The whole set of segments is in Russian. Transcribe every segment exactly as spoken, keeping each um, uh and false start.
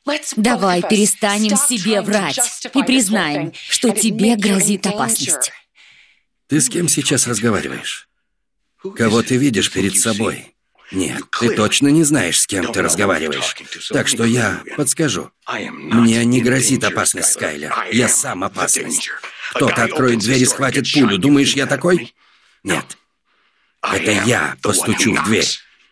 Давай перестанем себе врать и признаем, что тебе грозит опасность. Ты с кем сейчас разговариваешь? Кого ты видишь перед собой? Нет, ты точно не знаешь, с кем ты разговариваешь. Так что я подскажу. Мне не грозит опасность, Скайлер. Я сам опасность. Кто-то откроет дверь и схватит пулю. Думаешь, я такой? Нет. Это я постучу в дверь.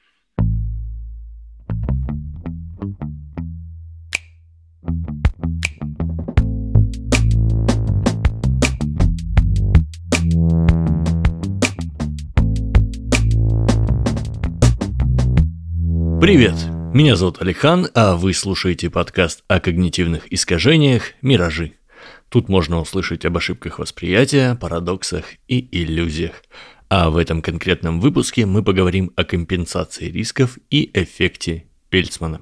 Привет, меня зовут Алихан, а вы слушаете подкаст о когнитивных искажениях «Миражи». Тут можно услышать об ошибках восприятия, парадоксах и иллюзиях. А в этом конкретном выпуске мы поговорим о компенсации рисков и эффекте Пельцмана.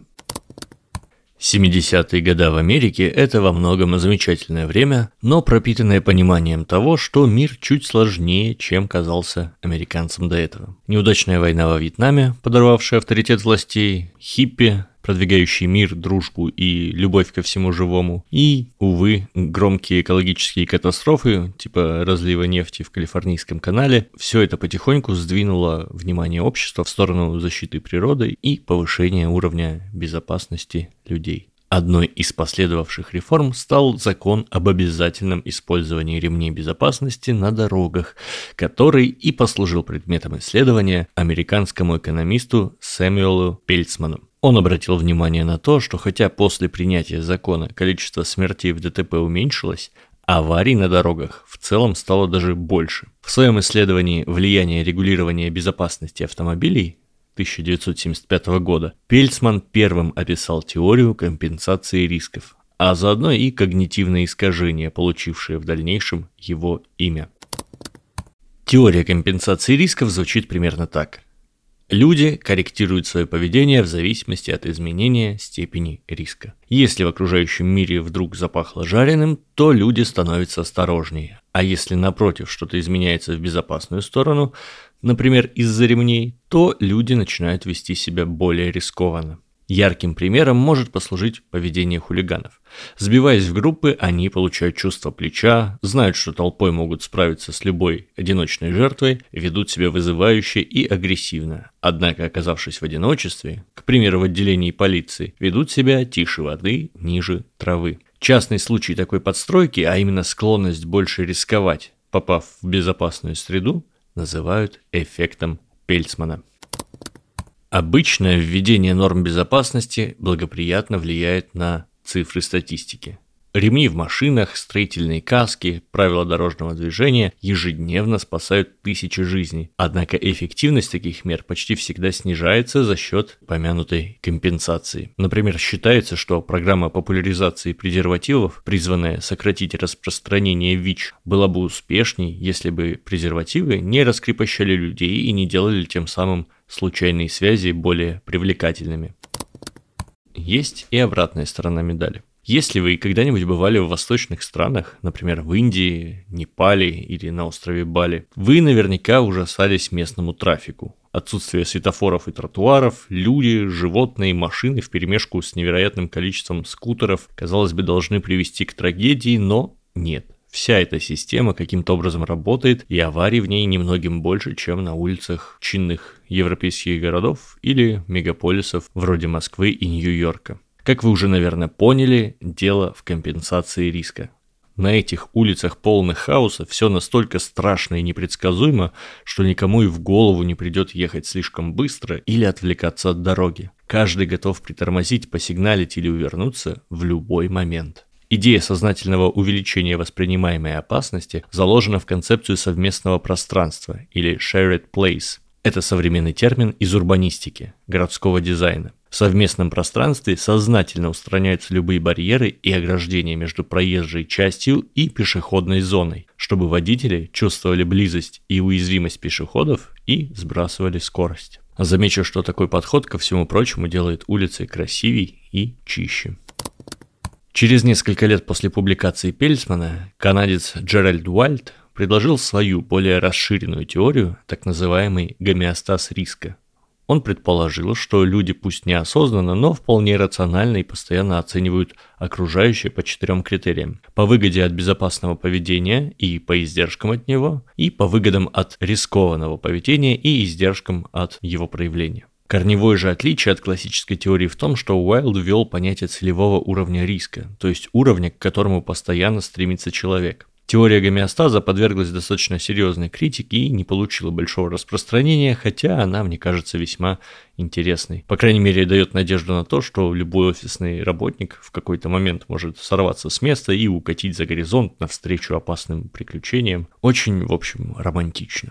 семидесятые годы в Америке – это во многом замечательное время, но пропитанное пониманием того, что мир чуть сложнее, чем казался американцам до этого. Неудачная война во Вьетнаме, подорвавшая авторитет властей, хиппи, продвигающие мир, дружбу и любовь ко всему живому, и, увы, громкие экологические катастрофы, типа разлива нефти в Калифорнийском канале, все это потихоньку сдвинуло внимание общества в сторону защиты природы и повышения уровня безопасности людей. Одной из последовавших реформ стал закон об обязательном использовании ремней безопасности на дорогах, который и послужил предметом исследования американскому экономисту Сэмюэлу Пельцману. Он обратил внимание на то, что хотя после принятия закона количество смертей в ДТП уменьшилось, аварий на дорогах в целом стало даже больше. В своем исследовании «Влияние регулирования безопасности автомобилей» тысяча девятьсот семьдесят пятого года Пельцман первым описал теорию компенсации рисков, а заодно и когнитивные искажения, получившие в дальнейшем его имя. Теория компенсации рисков звучит примерно так. Люди корректируют свое поведение в зависимости от изменения степени риска. Если в окружающем мире вдруг запахло жареным, то люди становятся осторожнее. А если напротив что-то изменяется в безопасную сторону, например, из-за ремней, то люди начинают вести себя более рискованно. Ярким примером может послужить поведение хулиганов. Сбиваясь в группы, они получают чувство плеча, знают, что толпой могут справиться с любой одиночной жертвой, ведут себя вызывающе и агрессивно. Однако, оказавшись в одиночестве, к примеру, в отделении полиции, ведут себя тише воды, ниже травы. Частный случай такой подстройки, а именно склонность больше рисковать, попав в безопасную среду, называют эффектом Пельцмана. Обычно введение норм безопасности благоприятно влияет на цифры статистики. Ремни в машинах, строительные каски, правила дорожного движения ежедневно спасают тысячи жизней. Однако эффективность таких мер почти всегда снижается за счет помянутой компенсации. Например, считается, что программа популяризации презервативов, призванная сократить распространение ВИЧ, была бы успешней, если бы презервативы не раскрепощали людей и не делали тем самым случайные связи более привлекательными. Есть и обратная сторона медали. Если вы когда-нибудь бывали в восточных странах, например, в Индии, Непале или на острове Бали, вы наверняка ужасались местному трафику. Отсутствие светофоров и тротуаров, люди, животные, машины вперемешку с невероятным количеством скутеров, казалось бы, должны привести к трагедии, но нет. Вся эта система каким-то образом работает, и аварий в ней немногим больше, чем на улицах чинных европейских городов или мегаполисов вроде Москвы и Нью-Йорка. Как вы уже, наверное, поняли, дело в компенсации риска. На этих улицах полных хаоса все настолько страшно и непредсказуемо, что никому и в голову не придет ехать слишком быстро или отвлекаться от дороги. Каждый готов притормозить, посигналить или увернуться в любой момент. Идея сознательного увеличения воспринимаемой опасности заложена в концепцию совместного пространства или shared place. Это современный термин из урбанистики, городского дизайна. В совместном пространстве сознательно устраняются любые барьеры и ограждения между проезжей частью и пешеходной зоной, чтобы водители чувствовали близость и уязвимость пешеходов и сбрасывали скорость. Замечу, что такой подход, ко всему прочему, делает улицы красивее и чище. Через несколько лет после публикации Пельцмана канадец Джеральд Уайльд предложил свою более расширенную теорию, так называемый гомеостаз риска. Он предположил, что люди пусть неосознанно, но вполне рационально и постоянно оценивают окружающее по четырем критериям. По выгоде от безопасного поведения и по издержкам от него, и по выгодам от рискованного поведения и издержкам от его проявления. Корневое же отличие от классической теории в том, что Уайлд ввел понятие целевого уровня риска, то есть уровня, к которому постоянно стремится человек. Теория гомеостаза подверглась достаточно серьезной критике и не получила большого распространения, хотя она, мне кажется, весьма интересной. По крайней мере, дает надежду на то, что любой офисный работник в какой-то момент может сорваться с места и укатить за горизонт навстречу опасным приключениям. Очень, в общем, романтично.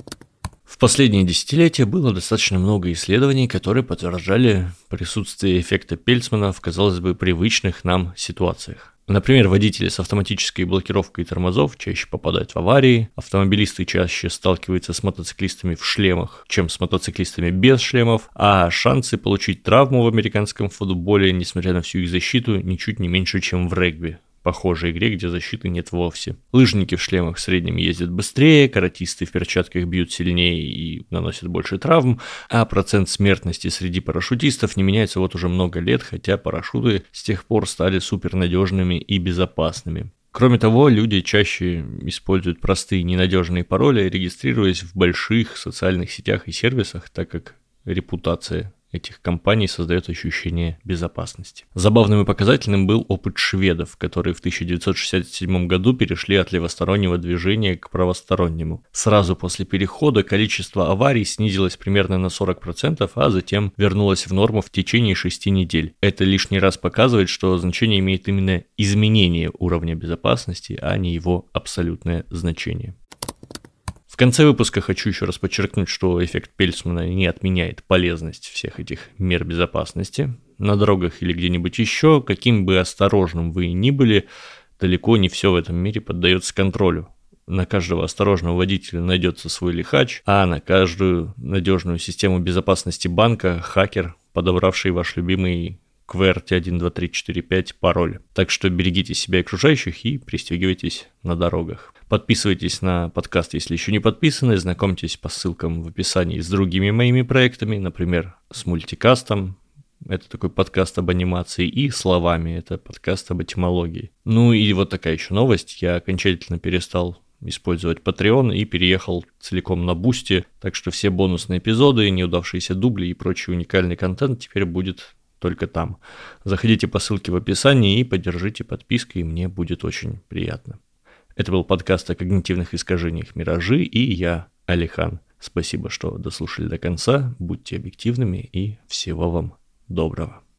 В последние десятилетия было достаточно много исследований, которые подтверждали присутствие эффекта Пельцмана в, казалось бы, привычных нам ситуациях. Например, водители с автоматической блокировкой тормозов чаще попадают в аварии, автомобилисты чаще сталкиваются с мотоциклистами в шлемах, чем с мотоциклистами без шлемов, а шансы получить травму в американском футболе, несмотря на всю их защиту, ничуть не меньше, чем в регби. Похожей игре, где защиты нет вовсе. Лыжники в шлемах в среднем ездят быстрее, каратисты в перчатках бьют сильнее и наносят больше травм, а процент смертности среди парашютистов не меняется вот уже много лет, хотя парашюты с тех пор стали супернадежными и безопасными. Кроме того, люди чаще используют простые ненадежные пароли, регистрируясь в больших социальных сетях и сервисах, так как репутация этих компаний создает ощущение безопасности. Забавным и показательным был опыт шведов, которые в тысяча девятьсот шестьдесят седьмом году перешли от левостороннего движения к правостороннему. Сразу после перехода количество аварий снизилось примерно на сорок процентов, а затем вернулось в норму в течение шести недель. Это лишний раз показывает, что значение имеет именно изменение уровня безопасности, а не его абсолютное значение. В конце выпуска хочу еще раз подчеркнуть, что эффект Пельцмана не отменяет полезность всех этих мер безопасности. На дорогах или где-нибудь еще, каким бы осторожным вы ни были, далеко не все в этом мире поддается контролю. На каждого осторожного водителя найдется свой лихач, а на каждую надежную систему безопасности банка хакер, подобравший ваш любимый кью эй эр ти один два три четыре пять пароль. Так что берегите себя и окружающих и пристегивайтесь на дорогах. Подписывайтесь на подкаст, если еще не подписаны, знакомьтесь по ссылкам в описании с другими моими проектами, например, с мультикастом, это такой подкаст об анимации, и словами, это подкаст об этимологии. Ну и вот такая еще новость, я окончательно перестал использовать Patreon и переехал целиком на Boosty, так что все бонусные эпизоды, неудавшиеся дубли и прочий уникальный контент теперь будет только там. Заходите по ссылке в описании и поддержите подпиской, мне будет очень приятно. Это был подкаст о когнитивных искажениях «Миражи», и я, Алихан. Спасибо, что дослушали до конца, будьте объективными и всего вам доброго.